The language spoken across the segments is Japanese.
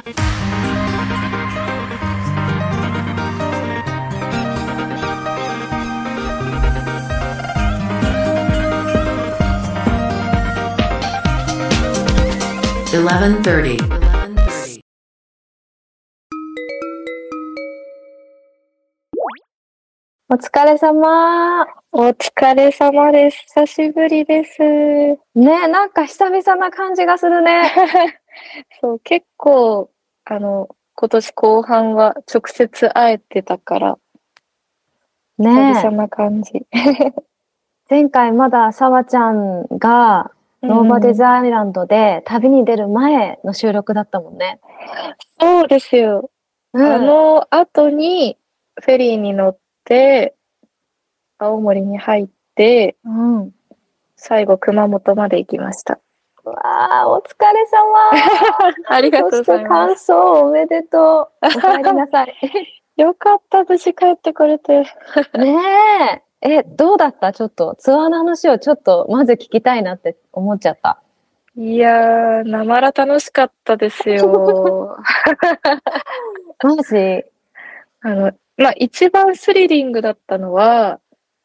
11:30. お疲れ様。 お疲れ様です。久しぶりです。 ね、なんか久々な感じがするね。 そう、結構、今年後半は直接会えてたから、久々 ね、 な感じ。 前回まださわちゃんがノーバディズアイランドで旅に出る前の収録だったもんね。 そうですよ。あの後にフェリーに乗って青森に入って、最後熊本まで行きました。 うわー、お疲れ様。 ありがとうございます。 そして感想おめでとう。お帰りなさい。 よかった、無事帰ってこれて。 ねえ。どうだった？ちょっとツアーの話をちょっとまず聞きたいなって思っちゃった。 いやー、なまら楽しかったですよ。 マジ？ 一番スリリングだったのは、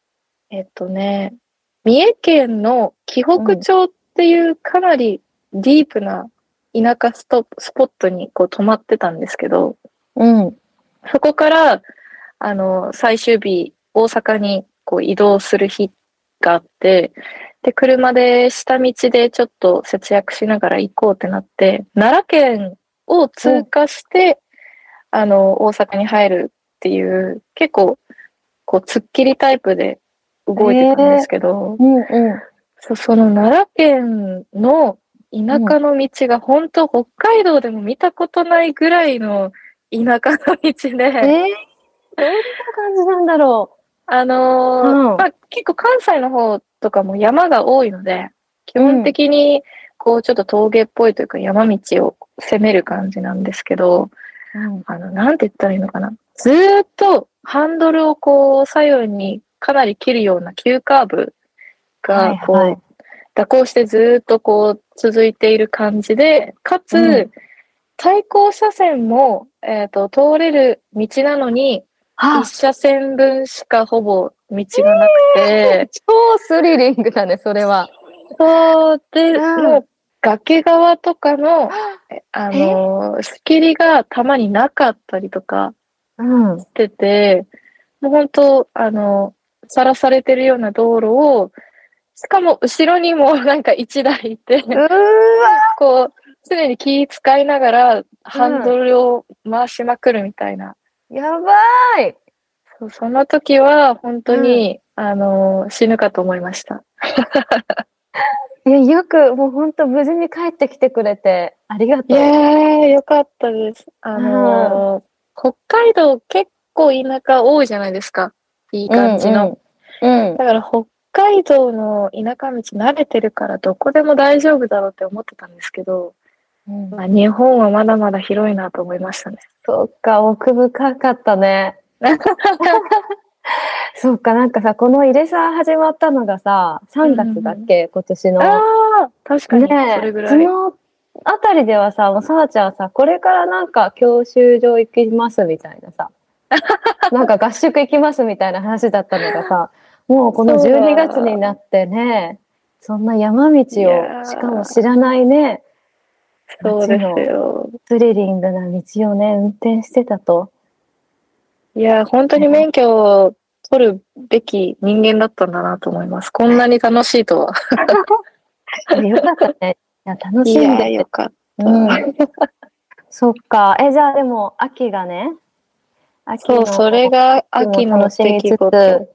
三重県の紀北町っていうかなりディープな田舎スポットにこう泊まってたんですけど、そこから、最終日、大阪にこう移動する日があって、で、車で下道でちょっと節約しながら行こうってなって、奈良県を通過して、大阪に入るっていう、結構、こう、突っ切りタイプで動いてたんですけど、その奈良県の田舎の道が本当北海道でも見たことないぐらいの田舎の道で、 どんな感じなんだろう。 結構関西の方とかも山が多いので、基本的にこうちょっと峠っぽいというか山道を攻める感じなんですけど、なんて言ったらいいのかな。ずーっとハンドルをこう左右にかなり切るような急カーブがこう、蛇行してずーっとこう続いている感じで、かつ、対向車線も、通れる道なのに、一車線分しかほぼ道がなくて。 超スリリングだね、それは。 そうで、もう崖側とかの、仕切りがたまになかったりとかしてて、もう本当、さらされてるような道路を、しかも後ろにもなんか一台いて、こう、常に気使いながらハンドルを回しまくるみたいな。 やばい。 その時は本当に、死ぬかと思いました。 いや、よくもう本当無事に帰ってきてくれてありがとう。 いやー、よかったです。北海道結構田舎多いじゃないですか。いい感じの。だから北海道の田舎道慣れてるからどこでも大丈夫だろうって思ってたんですけど、日本はまだまだ広いなと思いましたね。 そっか、奥深かったね。そっか、なんかさ、この入れさ始まったのがさ、3月だっけ、今年の。 ああ、確かに、それぐらい。 そのあたりではさ、もうさわちゃんさ、これからなんか教習所行きますみたいなさ、なんか合宿行きますみたいな話だったのがさ、もうこの12月になってね、そんな山道を、しかも知らないね、 そうですよ。 スリリングな道をね、運転してたと。 いや、本当に免許を取るべき人間だったんだなと思います。こんなに楽しいとは。 よかったね。いや、楽しんでて。 よかった。 そっか。じゃあでも、秋がね。 そう、それが秋の出来事。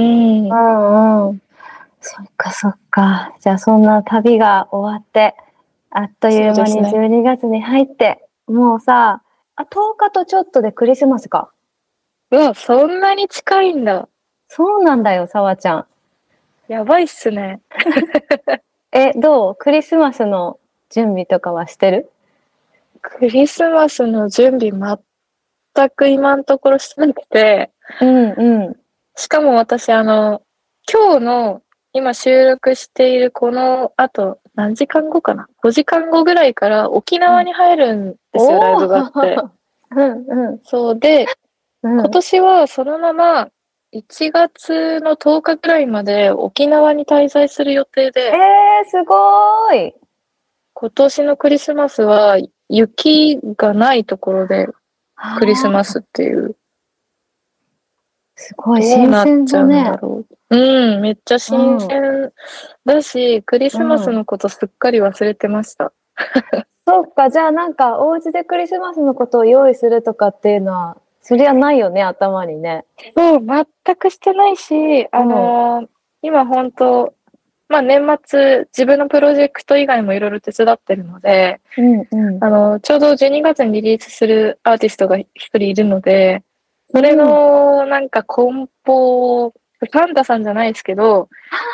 そっかそっか。じゃあそんな旅が終わって、あっという間に12月に入って、もうさ、10日とちょっとでクリスマスか。 うわ、そんなに近いんだ。 そうなんだよ、さわちゃん。 やばいっすね。 どう？クリスマスの準備とかはしてる？ クリスマスの準備全く今のところしてなくて。しかも私今日の今収録しているこの後何時間後かな ?5 時間後ぐらいから沖縄に入るんですよ、ライブがあって。そうで、今年はそのまま1月の10日ぐらいまで沖縄に滞在する予定で。 すごーい。 今年のクリスマスは雪がないところでクリスマスっていう。 すごい新鮮だね。 うん、めっちゃ新鮮だし、クリスマスのことすっかり忘れてました。 そっか、じゃあなんかお家でクリスマスのことを用意するとかっていうのは、そりゃないよね、頭にね。 そう、全くしてないし、今本当、まあ年末、自分のプロジェクト以外もいろいろ手伝ってるので、ちょうど12月にリリースするアーティストが一人いるので、それのなんか梱包、サンタさんじゃないですけど、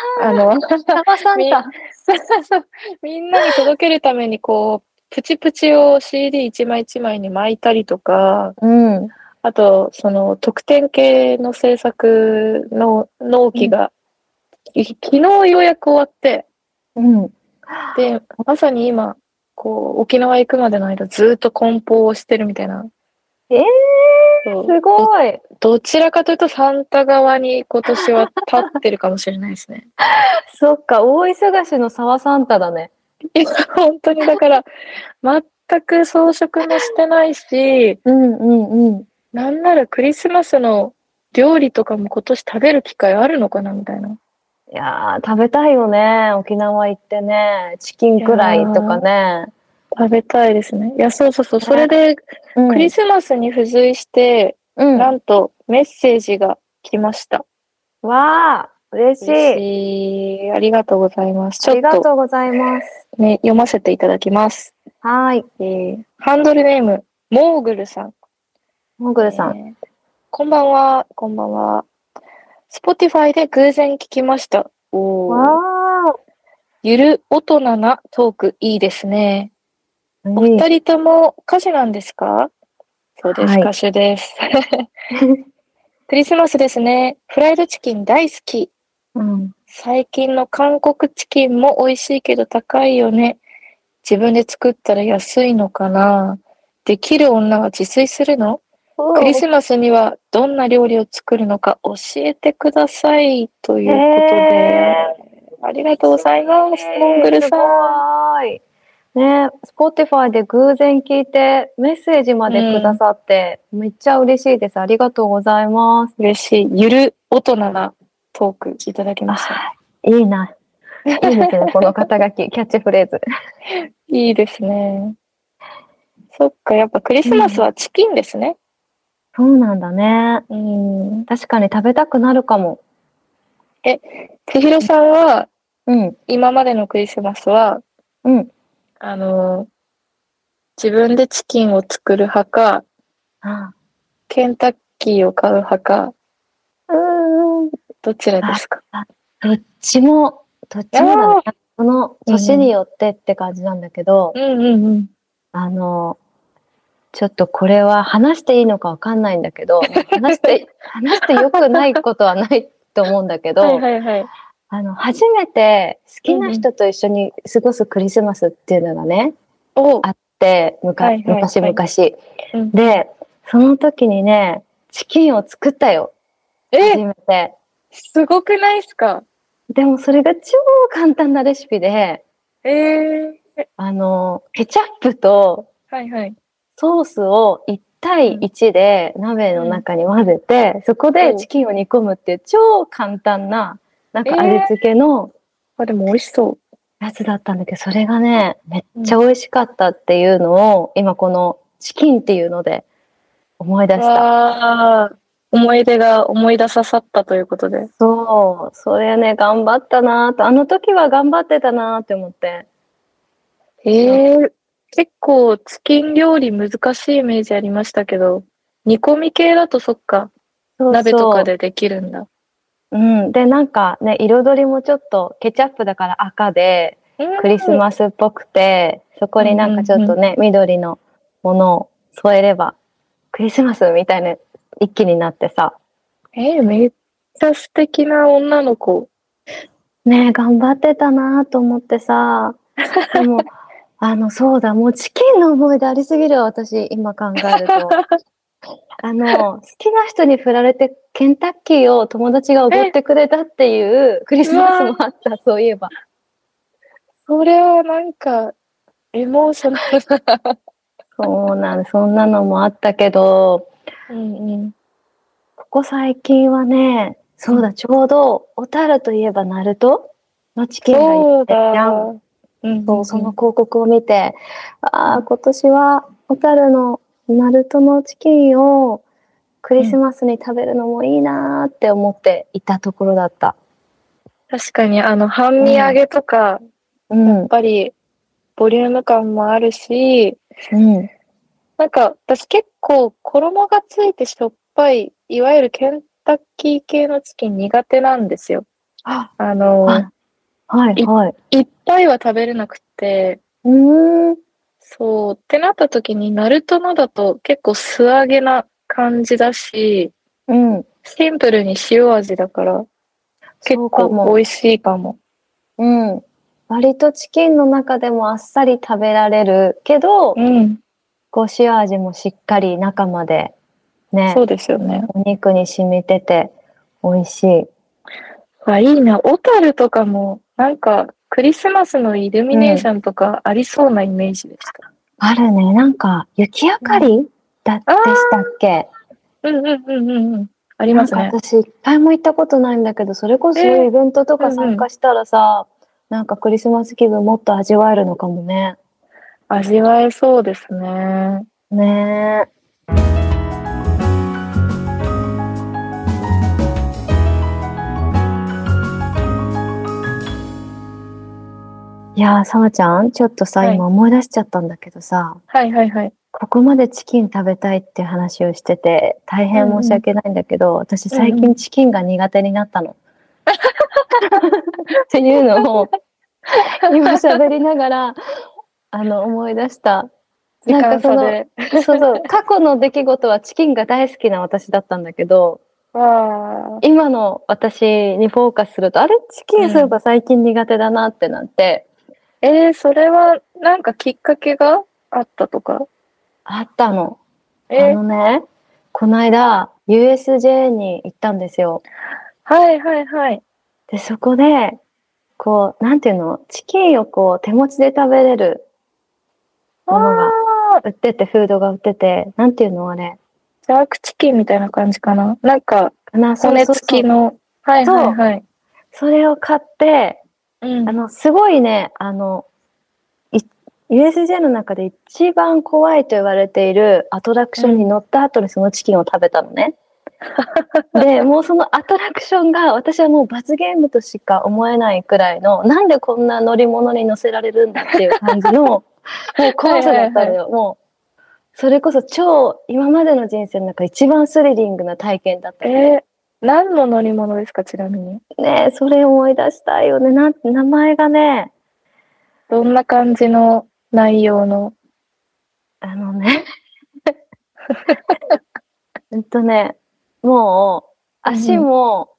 みんなに届けるためにこう、プチプチを CD 一枚一枚に巻いたりとか、あと、その特典系の制作の納期が、昨日ようやく終わって、で、まさに今、こう、沖縄行くまでの間ずっと梱包をしてるみたいな。 すごい。 どちらかというとサンタ側に今年は立ってるかもしれないですね。 そっか、大忙しの沢サンタだね。 いや、本当にだから、全く装飾もしてないし、なんならクリスマスの料理とかも今年食べる機会あるのかなみたいな。 いやー、食べたいよね。沖縄行ってね。チキンくらいとかね。 食べたいですね。いや、そう。それで、クリスマスに付随して、なんとメッセージが来ました。 わー、嬉しい。 ありがとうございます。 ありがとうございます。 ね、読ませていただきます。 はい。 ハンドルネーム、モーグルさん。 モーグルさん。 こんばんは。Spotify で偶然聞きました。ゆる大人なトークいいですね。お二人とも歌手なんですか？そうです、歌手です。クリスマスですね。フライドチキン大好き。最近の韓国チキンも美味しいけど高いよね。自分で作ったら安いのかな？できる女は自炊するの？クリスマスにはどんな料理を作るのか教えてください。ということで、ありがとうございます、モングルさん。 すごい。ね、Spotify で偶然聞いてメッセージまでくださって、めっちゃ嬉しいです。ありがとうございます。 嬉しい。ゆる大人なトークいただきました。 いいな。いいですね、この肩書き、キャッチフレーズ。 いいですね。そっか、やっぱクリスマスはチキンですね。 そうなんだね。確かに食べたくなるかも。 千尋さんは、今までのクリスマスは、自分でチキンを作る派か、ケンタッキーを買う派か、どちらですか？ どっちもだね。その年によってって感じなんだけど、ちょっとこれは話していいのかわかんないんだけど、話して良くないことはないと思うんだけど、初めて好きな人と一緒に過ごすクリスマスっていうのがね、あって、昔々。で、その時にね、チキンを作ったよ。初めて。 すごくないですか？ でもそれが超簡単なレシピで、ケチャップとソースを1対1で鍋の中に混ぜて、そこでチキンを煮込むっていう超簡単な、なんか味付けの、 でも美味しそう。 やつだったんだけど、それがね、めっちゃ美味しかったっていうのを、今このチキンっていうので思い出した。 思い出が思い出ささったということで。 そう、それね、頑張ったなと、あの時は頑張ってたなって思って。 結構チキン料理難しいイメージありましたけど、煮込み系だとそっか、鍋とかでできるんだ。 で、なんかね、彩りもちょっとケチャップだから赤で、クリスマスっぽくて、そこになんかちょっとね、緑のものを添えれば、クリスマスみたいな一気になってさ。 めっちゃ素敵な女の子。 ね、頑張ってたなと思ってさ。 でも、そうだ、もうチキンの思い出ありすぎるわ、私、今考えると。好きな人に振られて、ケンタッキーを友達がおごってくれたっていうクリスマスもあった、そういえば。 それはなんか、エモーショナルな。 そうなん、そんなのもあったけど、ここ最近はね、そうだ、ちょうど、小樽といえばナルトのチキンがいてじゃん。そう、その広告を見て、今年は小樽のナルトのチキンをクリスマスに食べるのもいいなーって思っていたところだった。 確かに半身揚げとか、やっぱりボリューム感もあるし、なんか私結構衣がついてしょっぱい、いわゆるケンタッキー系のチキン苦手なんですよ。いっぱいは食べれなくて、そう、ってなった時に、ナルトのだと結構素揚げな感じだし、シンプルに塩味だから、結構美味しいかも。 割とチキンの中でもあっさり食べられるけど、こう塩味もしっかり中までね。 そうですよね。 お肉に染みてて美味しい。 いいな。小樽とかも、なんかクリスマスのイルミネーションとかありそうなイメージでした。 あるね。なんか雪明かりでしたっけ？ ありますね。 なんか私一回も行ったことないんだけど、それこそそういうイベントとか参加したらさ、なんかクリスマス気分もっと味わえるのかもね。 味わえそうですね。 ねえ。いやー、さわちゃん、ちょっとさ、今思い出しちゃったんだけどさ、ここまでチキン食べたいって話をしてて、大変申し訳ないんだけど、私最近チキンが苦手になったの。っていうのを、今喋りながら、思い出した。なんか過去の出来事はチキンが大好きな私だったんだけど、今の私にフォーカスすると、あれチキンそういえば最近苦手だなってなって。 それはなんかきっかけがあったとか？ あったの。この間、USJ に行ったんですよ。で、そこで、こう、なんていうの、チキンをこう、手持ちで食べれるものが売ってて、フードが売ってて、なんていうのあれ。 ジャークチキンみたいな感じかな。なんか、骨付きの。 それを買って、すごいね、USJ の中で一番怖いと言われているアトラクションに乗った後にそのチキンを食べたのね。で、もうそのアトラクションが私はもう罰ゲームとしか思えないくらいの、なんでこんな乗り物に乗せられるんだっていう感じの、もう怖さだったのよ。もう、それこそ今までの人生の中一番スリリングな体験だった。 何の乗り物ですか、ちなみに。 ね、それ思い出したいよね。名前がね。 どんな感じの内容の。 もう、足も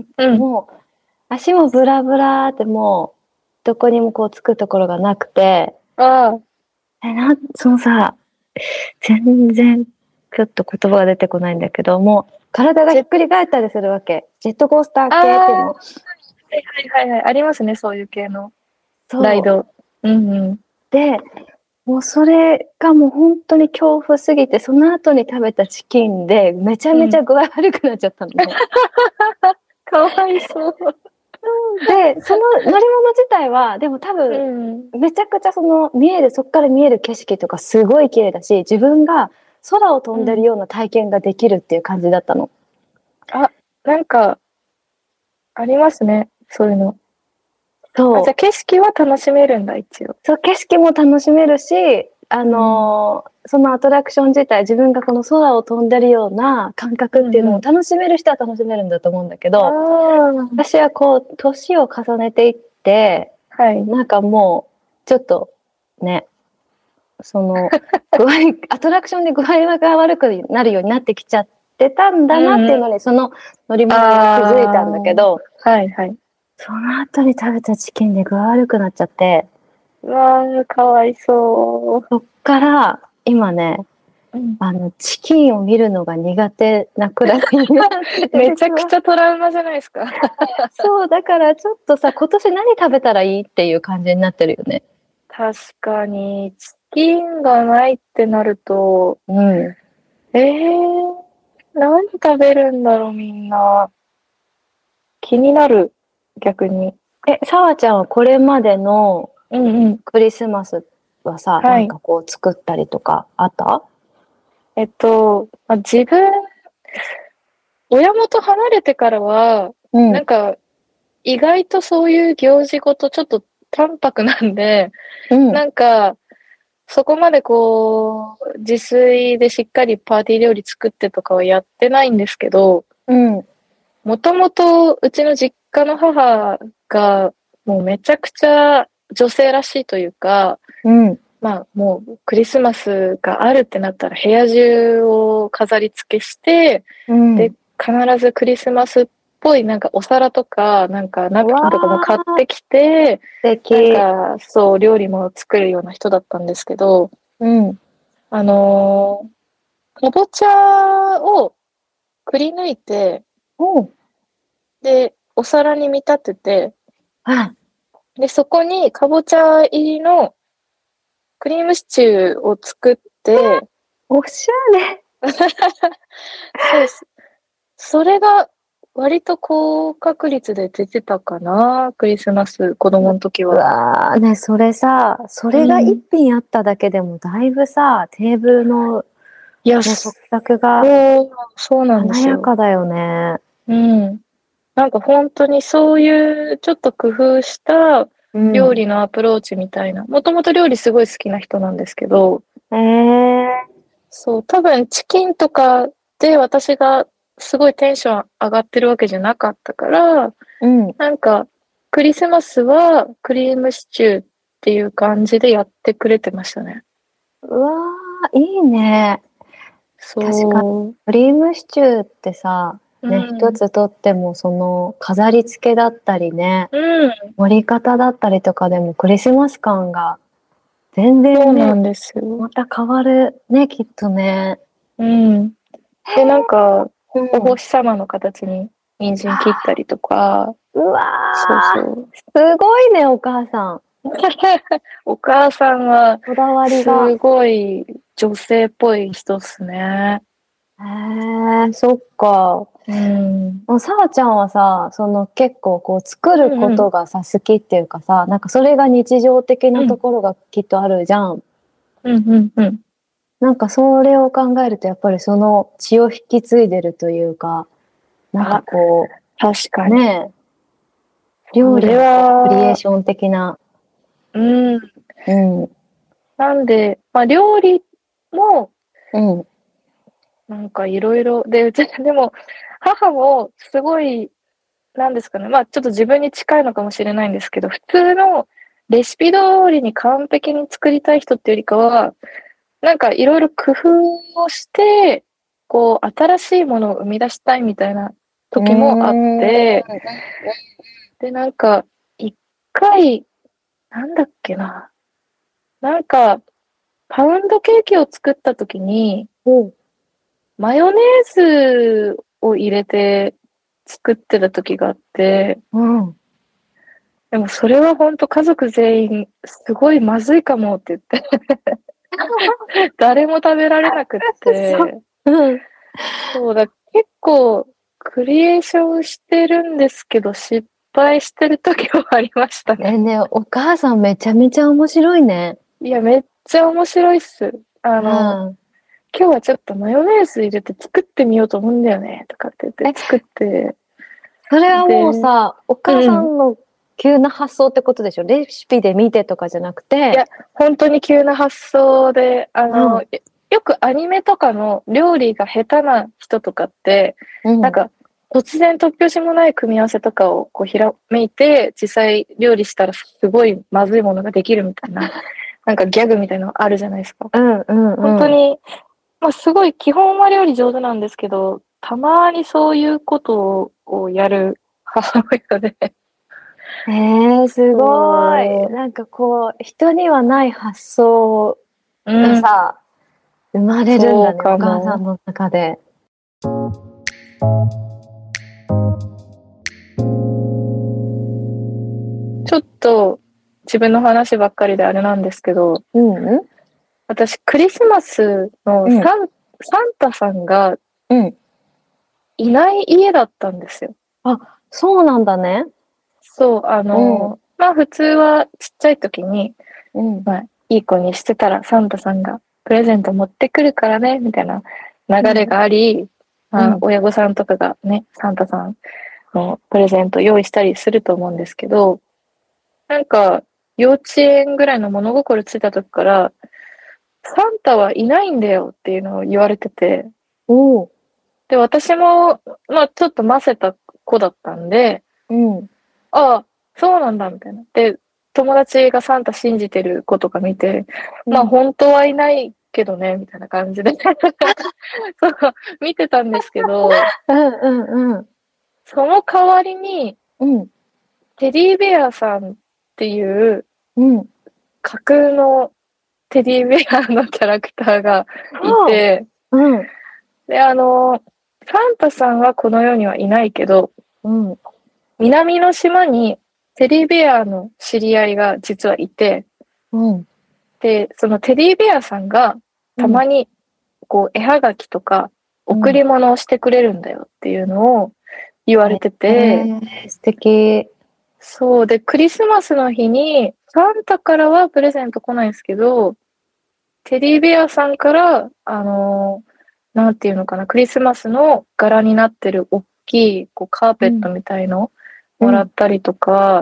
ブラブラってもう、どこにもこうつくところがなくて、そのさ、全然、ちょっと言葉が出てこないんだけど、もう、体がひっくり返ったりするわけ。ジェットコースター系っていうの。 ありますね、そういう系のライド。 で、もうそれがもう本当に恐怖すぎて、その後に食べたチキンでめちゃめちゃ具合悪くなっちゃったのね。 かわいそう。 で、その乗り物自体は、でも多分、めちゃくちゃそこから見える景色とかすごい綺麗だし、自分が空を飛んでるような体験ができるっていう感じだったの。 なんか、ありますね、そういうの。じゃあ景色は楽しめるんだ、一応。 そう、景色も楽しめるし、そのアトラクション自体、自分がこの空を飛んでるような感覚っていうのを楽しめる人は楽しめるんだと思うんだけど、私はこう、年を重ねていって、なんかもう、ちょっとね、アトラクションで具合が悪くなるようになってきちゃってたんだなっていうのに、その乗り物で気づいたんだけど、その後に食べたチキンで具合悪くなっちゃって、 うわー、かわいそそっから、今ね、 う。うん、 チキンを見るのが苦手なくらいになってて、 めちゃくちゃ。 ゃトラウマじゃないですか。 そう、だからちょっとさ、今年何食べたらいいっていう感じになってるよね。 確かに、チキンがないってなると、 うん。 何食べるんだろう、みんな。気になる、逆に。 さわちゃんはこれまでのうんうん。 クリスマスはさ、 はい。 なんかこう作ったりとかあった？ 自分、親元離れてからは、 うん。 なんか、意外とそういう行事ごとちょっと淡白なんで、 うん。 なんか、そこまでこう、自炊でしっかりパーティー料理作ってとかはやってないんですけど、 うん。 もともとうちの実家の母がもうめちゃくちゃ女性らしいというか、 うん。 まあもうクリスマスがあるってなったら部屋中を飾り付けして、 うん。 で、必ずクリスマスっぽいなんかお皿とか、なんかナうわプキンとかも買っー、 てきて、 素なん敵。 かそう料理も作るような人だったんですけど、 うん。 あのーかぼちゃをくり抜いて、 おう。 で、お皿に見立てて、 あ、 で、そこにかぼちゃ入りのクリームシチューを作って、 おしゃれ。 そう、それが割と高確率で出てたかな、クリスマス、子供の時うは。 わー、ね、それさ、それが一うん。 品あっただけでもだいぶさ、テーブルのいや、 ね、食卓がそうなんで華すよ。 やかだよね。 うん。なんか本当にそういうちょっと工夫したうん。 料理のアプローチみたいな。もともと料理すごい好きな人なんですけど、 ええそう、多分チキンとかで私がすごいテンション上がってるわけじゃなかったから、 うん。 なんかクリスマスはクリームシチューっていう感じでやってくれてましたね。 うわー、いいね。確かに。 そクリームシチューってさ、 う。うね、一ん。 つとってもその飾り付けだったりね、 うん。 盛り方だったりとかでもクリスマス感が全然ね、 そうなんですよ。 また変わるね、きっとね。 うん。で、なんか、 うん。 お星様の形に人参切ったりとか、 うわそうそー、 う。 すごいね、お母さん。 お母さんは、 こだわりが。 すごい女性っぽい人っすね。 へえ、そっか。 うん。 さわちゃんはさ、その結構こう作るこうんうん。 とがさ、好きっていうかさ、なんかそれが日常的なとうん。 ころがきっとあるじゃん。 うんうんうん。 なんかそれを考えるとやっぱりその血を引き継いでるというか、なんかあ、 こう、 確かに。 ねえ、料それ理のこうクリエーは、 ション的な、 うん。 うん、 なんで、まあ、料理も、 うん、 なんかいろいろ、で、でも、母もすごい、なんですかね。まあ、ちょっと自分に近いのかもしれないんですけど、普通のレシピ通りに完璧に作りたい人っていうよりかは、なんかいろいろ工夫をして、こう、新しいものを生み出したいみたいなうー時もあっん、 て、で、なんか、一回、なんだっけな。なんか、パウンドケーキを作った時に、 うん、 マヨネーズを入れて作ってた時があって、 うん。 でもそれは本当家族全員、すごいまずいかもって言って、誰も食べられなくっそう。 て、 うん。 そうだ、結構クリエーションしてるんですけど、失敗してる時もありましたね。 ねえねえ、お母さんめちゃめちゃ面白いね。 いや、めっちゃ面白いっす。 うん。 今日はちょっとマヨネーズ入れて作ってみようと思うんだよね、とかって言ってえ、 作って、 それはもうで、 さ、お母うんうん。 さんの急な発想ってことでしょ？レシピで見てとかじゃなくて。 いや、本当に急な発想で、 うん。 よくアニメとかの料理が下手な人とかって、 うん。 なんか、突然突拍子もない組み合わせとかをこうひらめいて、実際料理したらすごいまずいものができるみたいな、なんかギャグみたいなのあるじゃないですか。 うんうんうん。 本当に、まあすごい基本は料理上手なんですけど、たまにそういうことをやる母親で、 すごい。 そうなんかこう、人にはない発想うん、 がさ、生まれるんだね、 そうかお母さんも。 の中で。 ちょっと自分の話ばっかりであれなんですけど、 うんうん私クリスマスのうんサンタさんがうん。 いない家だったんですよ。 あ、そうなんだね。 そう、 うんまあ普通はちっちゃい時に、 うんまあいい子にしてたらサンタさんがプレゼント持ってくるからね、みたいな流れがあり、まあ親御さんとかがね、サンタさんのプレゼント用意したりすると思うんですけど、なんか幼稚園ぐらいの物心ついた時から、サンタはいないんだよっていうのを言われてて、 おお。 で、私も、まあちょっとませた子だったんで、 うん。 ああ、そうなんだ、みたいな。で、友達がサンタ信じてる子とか見て、まあうん。 本当はいないけどね、みたいな感じでそう、見てたんですけど、 うんうんうん。 その代わりに、 うん。 テディベアさんっていううん。 架空のテディベアのキャラクターがいて、 うん。 で、サンタさんはこの世にはいないけど、 うん。 南の島にテディベアの知り合いが実はいて、 うん。 で、そのテディベアさんがたまにこう絵はがきとか贈り物をしてくれるんだよっていうのを言われてて、 素敵。 そうで、クリスマスの日にサンタからはプレゼント来ないんですけど、テディベアさんから、なんていうのかな、クリスマスの柄になってる大きいこうカーペットみたいのもらったりとか、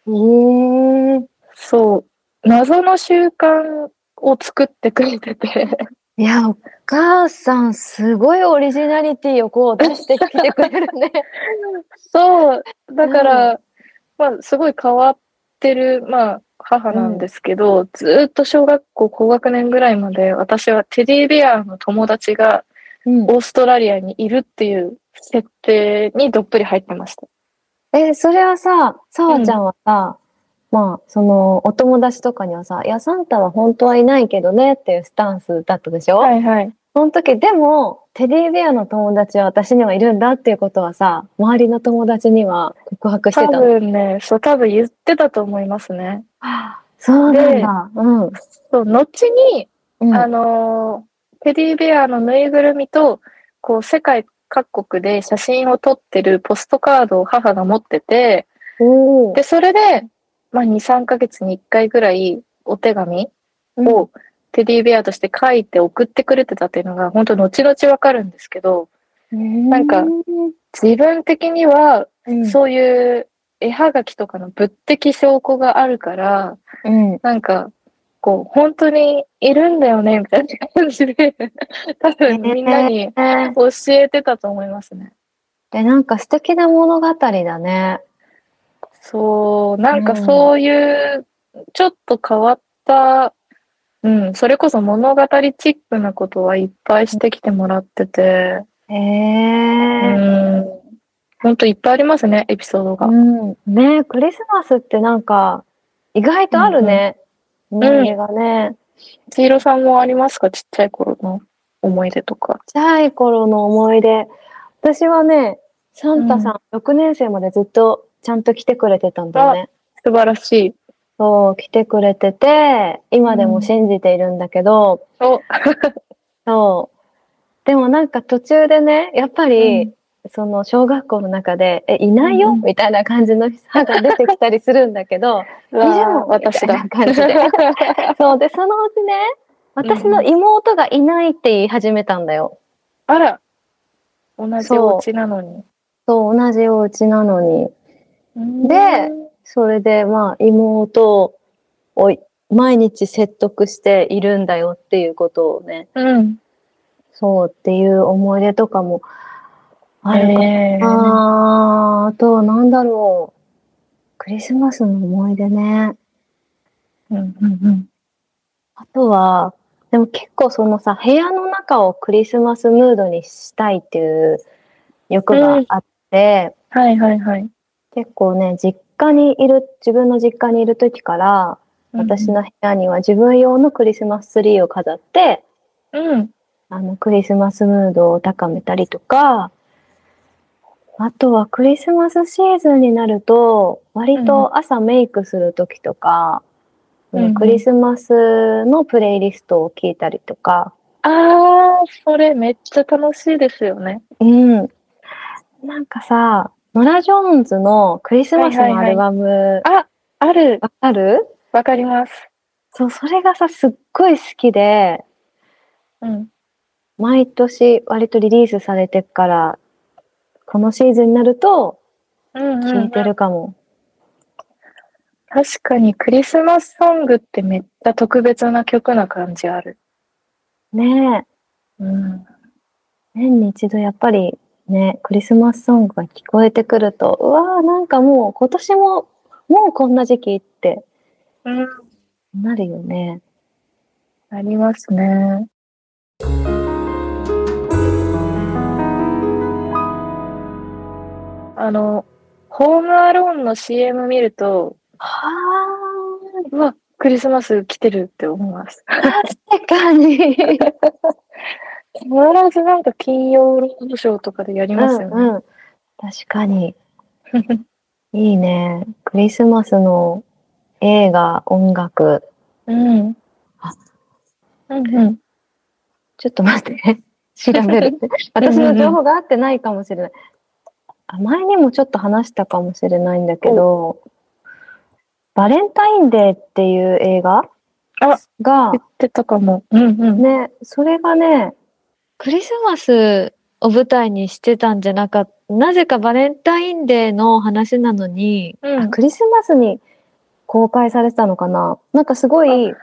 そう、謎の習慣を作ってくれてていや、お母さん、すごいオリジナリティをこう出してきてくれるね。 そう、だから、まあ、すごい変わってる、まあ、母なんですけど、ずっと小学校高学年ぐらいまで私はテディベアの友達がオーストラリアにいるっていう設定にどっぷり入ってました。 それはさ、さわちゃんはさ、まあ、その、お友達とかにはさ、いや、サンタは本当はいないけどねっていうスタンスだったでしょ？ はいはい。 その時、でも、テディベアの友達は私にはいるんだっていうことはさ、周りの友達には告白して多たの？ 分ね、そう、多分言ってたと思いますね。 そうなんで、 だ。うん。 そう、後に、 うん。 テディベアのぬいぐるみと、こう、世界各国で写真を撮ってるポストカードを母が持ってて、 おで、それで、まあ、2、3ヶ月に1回ぐらいお手紙をテディベアとして書いて送ってくれてたっていうのが、本当後々わかるんですけど、なんか、自分的には、そういう絵はがきとかの物的証拠があるから、なんか、こう、本当にいるんだよね、みたいな感じで、多分みんなに教えてたと思いますね。 なんか素敵な物語だね。 そう、なんかそういう、ちょっと変わった、それこそ物語チックなことはいっぱいしてきてもらってて、ほんといっぱいありますね、エピソードが。 ね、クリスマスってなんか、意外とあるね。思い出がね。 千尋さんもありますか？ちっちゃい頃の思い出とか。 ちっちゃい頃の思い出。私はね、サンタさん、6年生までずっとちゃんと来てくれてたんだよね。 素晴らしい。 そう、来てくれてて、今でも信じているんだけど、そう。でもなんか途中でね、やっぱり、その小学校の中で、いないよ、みたいな感じの歯が出てきたりするんだけど、いるのみたいな感じで。そうで、そのうちね、私の妹がいないって言い始めたんだよ。 あら、同じお家なのに。 そう、同じお家なのに。で、それでまあ妹を毎日説得しているんだよっていうことをね、そうっていう思い出とかもあるかな。あとはなんだろう。クリスマスの思い出ね。あとは、でも結構そのさ、部屋の中をクリスマスムードにしたいっていう欲があって、結構ね、実自分の実家にいる時から、私の部屋には自分用のクリスマスツリーを飾って、クリスマスムードを高めたりとか、あとはクリスマスシーズンになると、割と朝メイクする時とか、クリスマスのプレイリストを聞いたりとか。 それめっちゃ楽しいですよね。 なんかさ、ノラ・ジョーンズのクリスマスのアルバム。 ある。 わかる？ わかります。 そう、それがさ、すっごい好きで、毎年割とリリースされてから、このシーズンになると、聴いてるかも。 確かにクリスマスソングってめっちゃ特別な曲な感じある。 ねえ。年に一度やっぱりね、クリスマスソングが聞こえてくると、うわーなんかもう今年もうこんな時期ってなるよね。 ありますね。ホームアローンの CM 見ると、うわ、クリスマス来てるって思います。 確かに。 必ずなんか金曜ロードショーとかでやりますよね。 確かに。いいね。クリスマスの映画、音楽。ちょっと待って。調べる。私の情報が合ってないかもしれない。前にもちょっと話したかもしれないんだけど、バレンタインデーっていう映画が、 言ってたかも。 ね、それがね、クリスマスを舞台にしてたんじゃなかった。なぜかバレンタインデーの話なのに、クリスマスに公開されてたのかな。なんかすごい、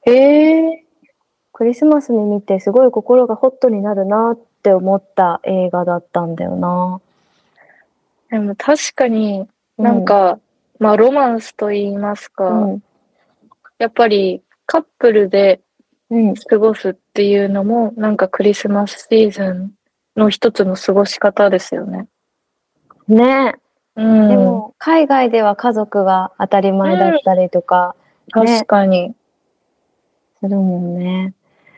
クリスマスに見てすごい心がホットになるなって思った映画だったんだよな。 でも確かになんか、ロマンスと言いますか、やっぱりカップルで過ごすっていうのも、なんかクリスマスシーズンの一つの過ごし方ですよね。 ね。でも、海外では家族が当たり前だったりとか、 確かに。 するもんね。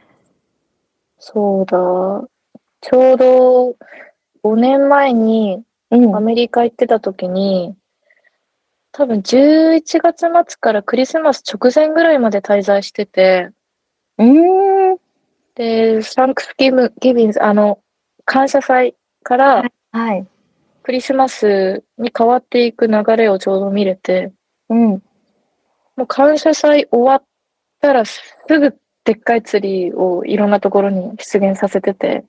そうだ。ちょうど5年前にアメリカ行ってた時に、多分11月末からクリスマス直前ぐらいまで滞在してて、で、サンクスギビンズ、感謝祭からクリスマスに変わっていく流れをちょうど見れて、もう感謝祭終わったらすぐでっかいツリーをいろんなところに出現させてて、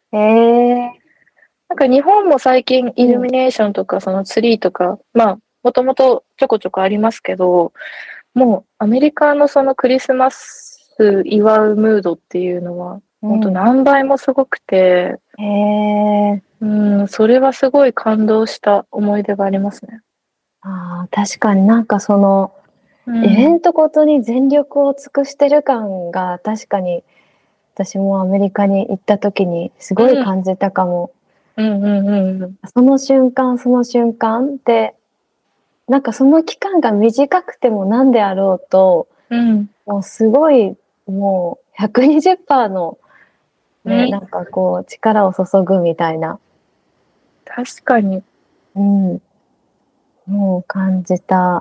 なんか日本も最近イルミネーションとかそのツリーとか、もともとちょこちょこありますけど、もうアメリカのそのクリスマス祝うムードっていうのは、本当何倍もすごくて、それはすごい感動した思い出がありますね。 確かになんかその、イベントごとに全力を尽くしてる感が確かに私もアメリカに行った時にすごい感じたかも。その瞬間その瞬間で、なんかその期間が短くても何であろうと、もうすごいもう 120% の、なんかこう力を注ぐみたいな。 確かに。 もう感じた。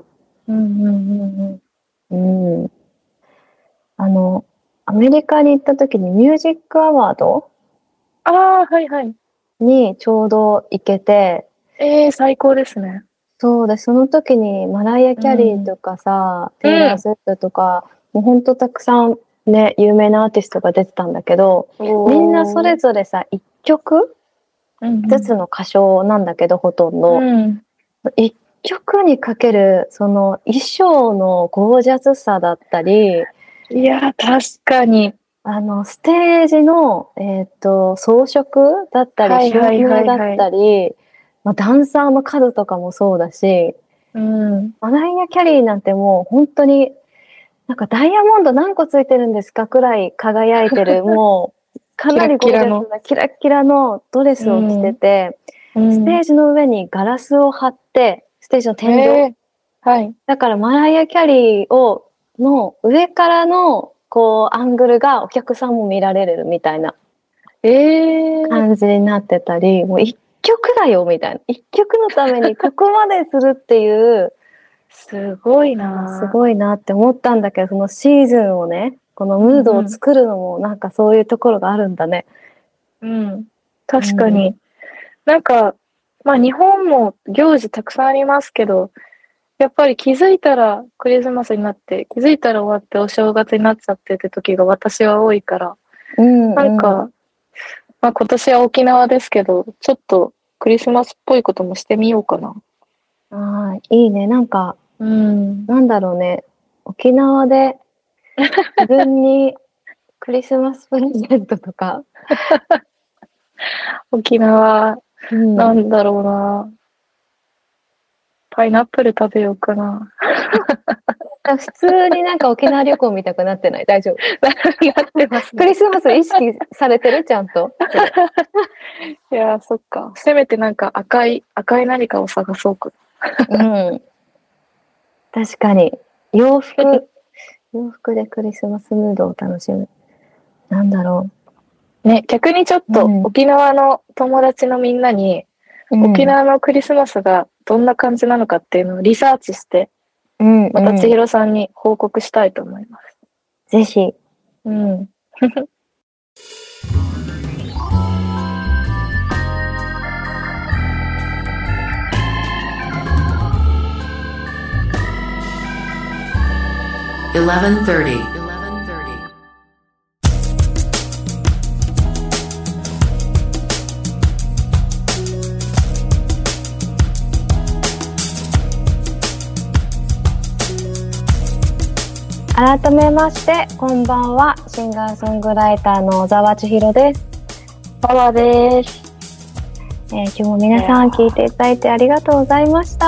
アメリカに行った時にミュージックアワードにちょうど行けて。 最高ですね。 そうで、その時にマライア・キャリーとかさ、テイラー・スウィフトとか、もうほんとたくさんね、有名なアーティストが出てたんだけど、みんなそれぞれさ、1曲ずつの歌唱なんだけど、ほとんど。1曲にかける、その衣装のゴージャスさだったり、 いや、確かに。 ステージの、装飾だったり、照明だったり、ダンサーの数とかもそうだし、マライア・キャリーなんてもう本当に、なんかダイヤモンド何個ついてるんですかくらい輝いてる、もうかなりゴージャスなキラッキラのドレスを着てて、ステージの上にガラスを貼って、ステージの天井はい。 だからマライア・キャリーの上からのこうアングルがお客さんも見られるみたいな感じになってたり、もう一曲だよみたいな。一曲のためにここまでするっていう、 すごいな。 すごいなって思ったんだけど、そのシーズンをね、このムードを作るのもなんかそういうところがあるんだね。 うん。確かに。なんか、まあ日本も行事たくさんありますけど、やっぱり気づいたらクリスマスになって、気づいたら終わってお正月になっちゃってって時が私は多いから、なんか、まあ今年は沖縄ですけど、ちょっとクリスマスっぽいこともしてみようかな。 ああ、いいね。なんか、なんだろうね。沖縄で自分にクリスマスプレゼントとか。 沖縄、なんだろうな。パイナップル食べようかな。 普通になんか沖縄旅行見たくなってない？大丈夫？ なってます、 ね。クリスマス意識されてる？ちゃんと。 いや、そっか。せめてなんか赤い何かを探そうか。 確かに。洋服でクリスマスムードを楽しむ。なんだろう。ね、逆にちょっと沖縄の友達のみんなに、沖縄のクリスマスがどんな感じなのかっていうのをリサーチして、また千尋さんに報告したいと思います。 ぜひ。 11:30 改めましてこんばんは、シンガーソングライターの小沢千尋です。 パワです。 今日も皆さん聞いていただいてありがとうございました。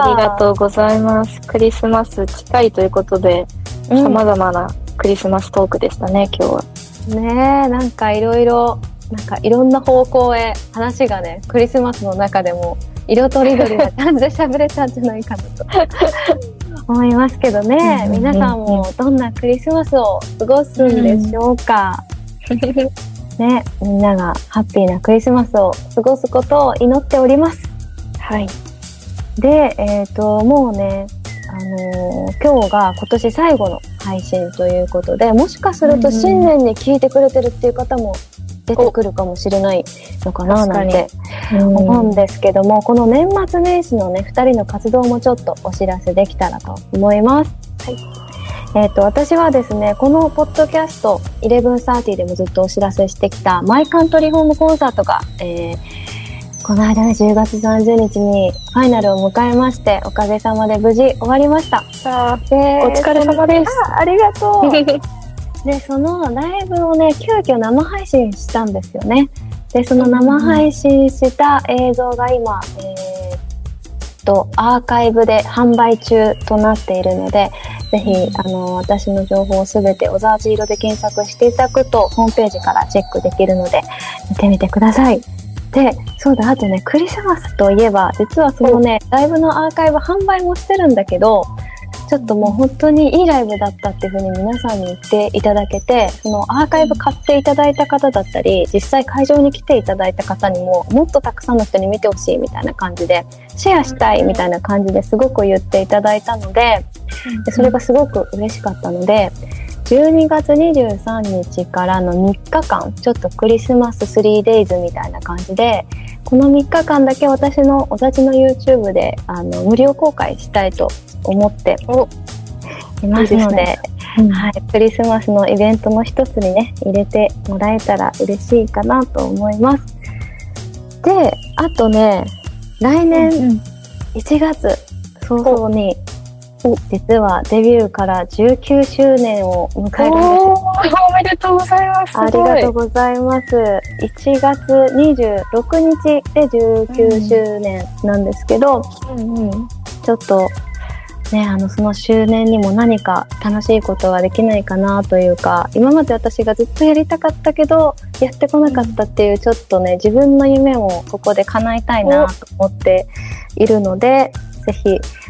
ありがとうございます。クリスマス近いということで、様々なクリスマストークでしたね、今日は。 ねえ、なんかいろんな方向へ話がね、クリスマスの中でも色とりどりな感じで喋れたんじゃないかなと思いますけどね。皆さんもどんなクリスマスを過ごすんでしょうか。ね、みんながハッピーなクリスマスを過ごすことを祈っております。 はい。 で、もうね、今日が今年最後の配信ということで、もしかすると新年に聞いてくれてるっていう方も出てくるかもしれないのかななんて思うんですけども、この年末年始のね2人の活動もちょっとお知らせできたらと思います。はい。私はですね、このポッドキャスト1130でもずっとお知らせしてきたマイカントリーホームコンサートが、この間ね10月30日にファイナルを迎えまして、おかげさまで無事終わりました。 お疲れ様です。 ありがとう。で、そのライブをね、急遽生配信したんですよね。で、その生配信した映像が今、アーカイブで販売中となっているので、ぜひ、私の情報をすべて小沢千尋で検索していただくと、ホームページからチェックできるので、見てみてください。で、そうだ、あとね、クリスマスといえば、実はそのね、ライブのアーカイブ販売もしてるんだけど、ちょっともう本当にいいライブだったっていう風に皆さんに言っていただけて、そのアーカイブ買っていただいた方だったり、実際会場に来ていただいた方にももっとたくさんの人に見てほしいみたいな感じで、シェアしたいみたいな感じですごく言っていただいたので、それがすごく嬉しかったので、12月23日からの3日間、ちょっとクリスマス 3days みたいな感じで、この3日間だけ私の小沢の YouTube で無料公開したいと思っていますので、はい、クリスマスのイベントの一つにね入れてもらえたら嬉しいかなと思います。で、あとね、来年1月早々に実はデビューから19周年を迎えるんです。 おめでとうございます。 ありがとうございます。1月26日で19周年なんですけど、ちょっとね、その周年にも何か楽しいことはできないかなというか、今まで私がずっとやりたかったけどやってこなかったっていう、ちょっとね自分の夢をここで叶えたいなと思っているので、ぜひ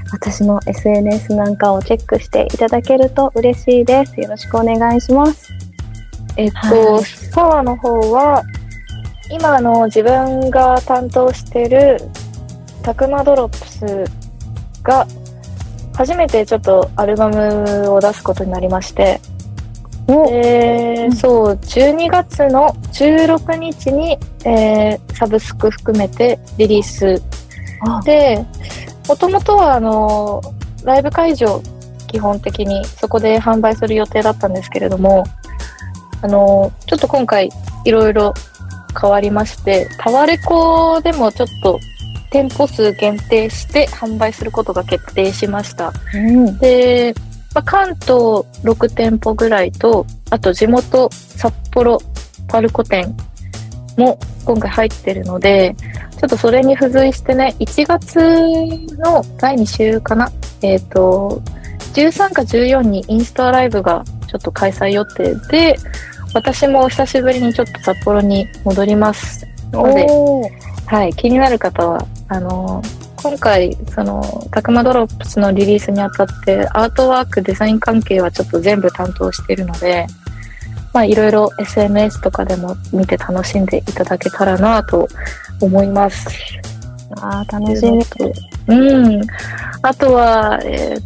私の SNS なんかをチェックしていただけると嬉しいです。よろしくお願いします。 サワの方は、今自分が担当しているたくまドロップスが初めてちょっとアルバムを出すことになりまして、そう12月の16日に、サブスク含めてリリースで、もともとはライブ会場基本的にそこで販売する予定だったんですけれども、ちょっと今回いろいろ変わりまして、タワレコでもちょっと店舗数限定して販売することが決定しました。で、関東6店舗ぐらいと、あと地元札幌パルコ店も今回入ってるので、ちょっとそれに付随してね、1月の第2週かな、13か14にインスタライブがちょっと開催予定で、私も久しぶりにちょっと札幌に戻りますので、はい、気になる方は今回たくまドロップスのリリースにあたってアートワークデザイン関係はちょっと全部担当しているので、いろいろ SNS とかでも見て楽しんでいただけたらなと思います。 楽しみ。 あとは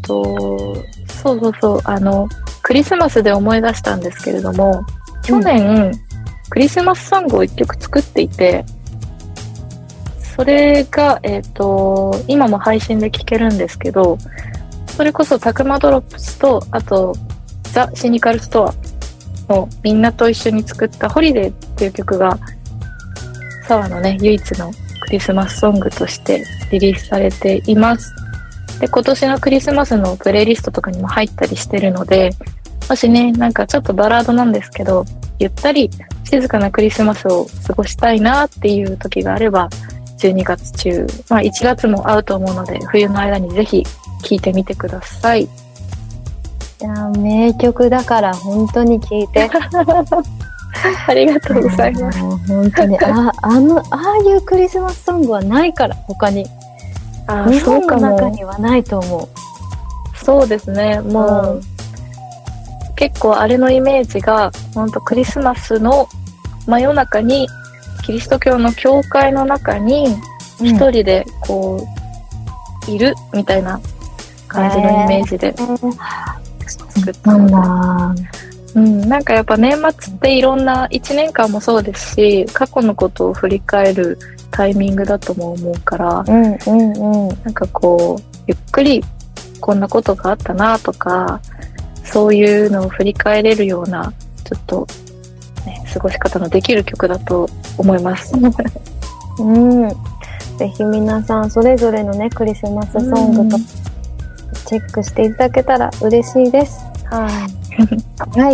クリスマスで思い出したんですけれども、去年、クリスマスソングを1曲作っていて、それが、今も配信で聴けるんですけど、それこそたくまドロップスと、あとザ・シニカルストアのみんなと一緒に作ったホリデーっていう曲がサワのね、唯一のクリスマスソングとしてリリースされています。で、今年のクリスマスのプレイリストとかにも入ったりしてるので、もしね、なんかちょっとバラードなんですけど、ゆったり静かなクリスマスを過ごしたいなっていう時があれば、12月中、1月も合うと思うので、冬の間にぜひ聴いてみてください。 いや、名曲だから本当に聴いて。 ありがとうございます。 本当にああいうクリスマスソングはないから、他に。日本の中にはないと思う。 そうですね。もう、結構あれのイメージが、本当クリスマスの真夜中にキリスト教の教会の中に一人でこう、いるみたいな感じのイメージで作ったので、なんかやっぱ年末っていろんな1年間もそうですし、過去のことを振り返るタイミングだとも思うから、なんかこうゆっくりこんなことがあったなとか、そういうのを振り返れるようなちょっとね、過ごし方のできる曲だと思います。 ぜひ皆さんそれぞれのね、クリスマスソングとチェックしていただけたら嬉しいです。はい。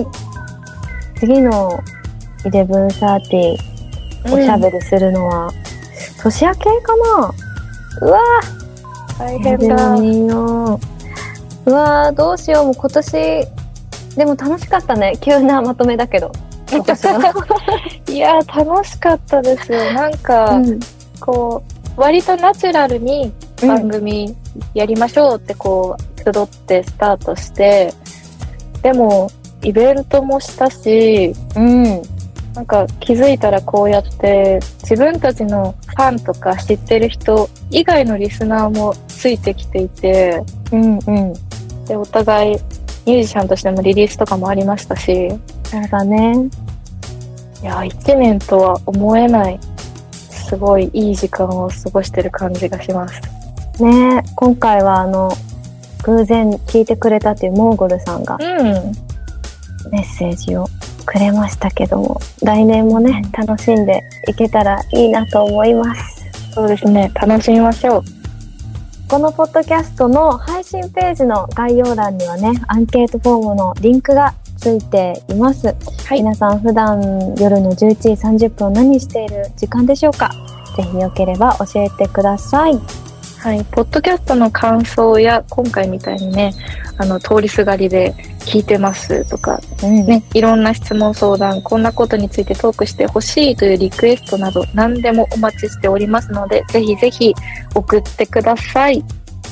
次の1130おしゃべりするのは年明けかな。うわー、 大変だ。 うわー、どうしよう。もう今年でも楽しかったね。急なまとめだけど。 いや楽しかったですよ。なんか、こう割とナチュラルに番組やりましょうってこう集ってスタートして、でもイベントもしたし、なんか気づいたらこうやって自分たちのファンとか知ってる人以外のリスナーもついてきていて、でお互いミュージシャンとしてもリリースとかもありましたし。 そうだね。 いや、1年とは思えないすごいいい時間を過ごしてる感じがしますね。今回は偶然聞いてくれたっていうモーゴルさんがメッセージをくれましたけども、来年もね楽しんでいけたらいいなと思います。 そうですね、楽しみましょう。 このポッドキャストの配信ページの概要欄にはね、アンケートフォームのリンクがついています。皆さん普段夜の11時30分何している時間でしょうか。ぜひよければ教えてください。 はい、ポッドキャストの感想や今回みたいにね、通りすがりで聞いてますとか、ね、いろんな質問相談、こんなことについてトークしてほしいというリクエストなど何でもお待ちしておりますので、ぜひぜひ送ってください。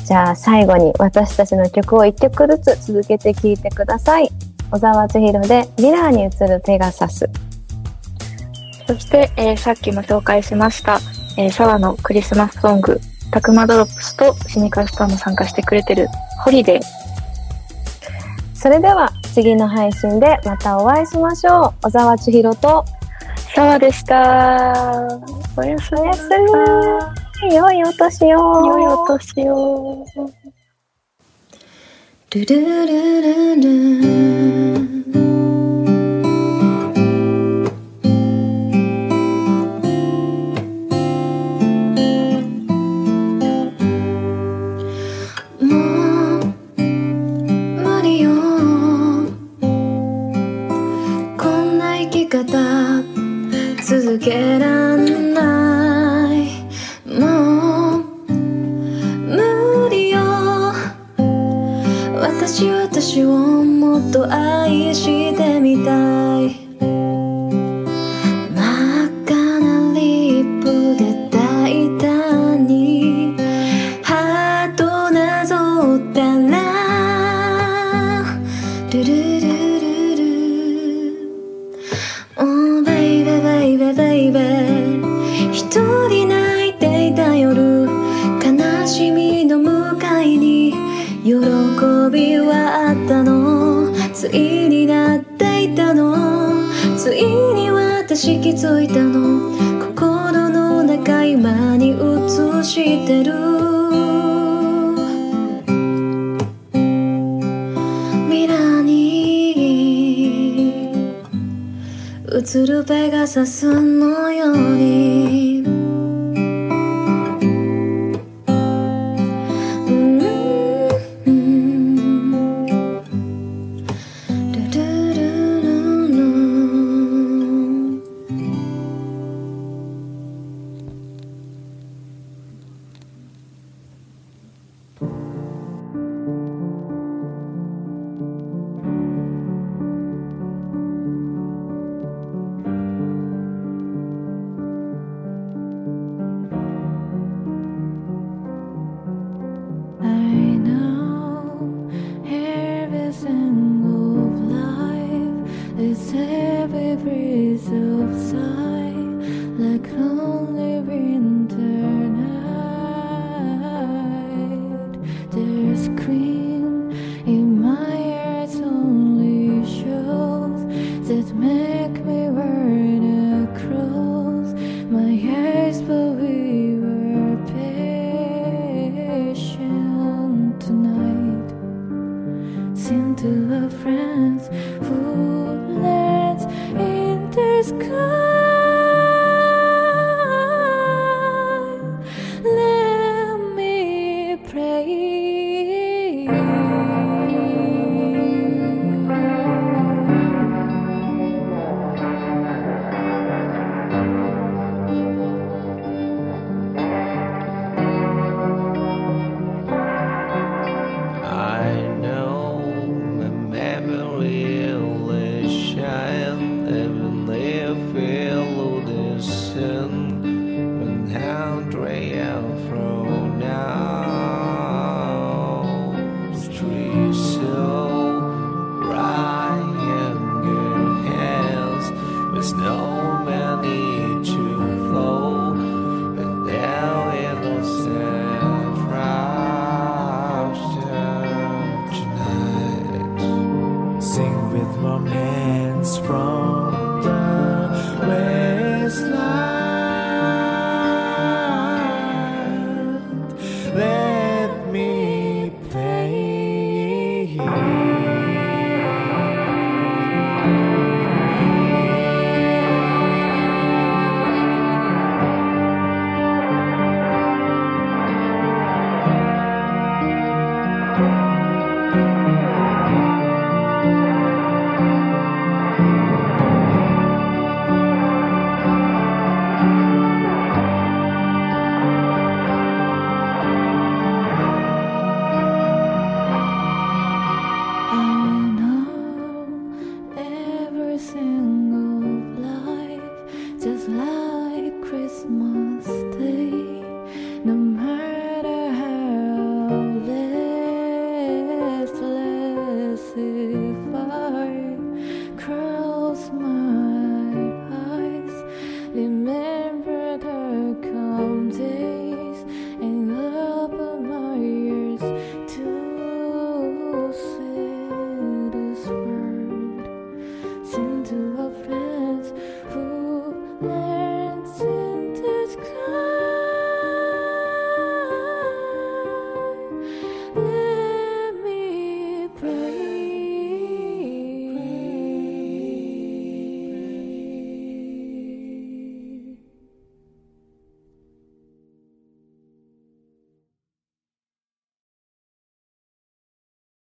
じゃあ最後に私たちの曲を1曲ずつ続けて聴いてください。小沢千尋でミラーに映るペガサス。 そして、さっきも紹介しました、沢のクリスマスソング、タクマドロップスとシニカルストアも参加してくれてるホリデー。 それでは次の配信でまたお会いしましょう。小沢千尋と沢でした。おやすみ。 良いお年を。 良いお年を。 ルルルルルもう無理よ、こんな生き方続けらんない。もう無理よ、私をもっと愛してみたい。真っ赤なリップで大胆にハートなぞったら、ルルルルル、Oh baby baby baby、 一人泣いていた夜、悲しみの向かいに喜びはあったの、ついになっていたの、ついに私気づいたの、心の中今に映してる。ミラーに映るペガサスのように、 Now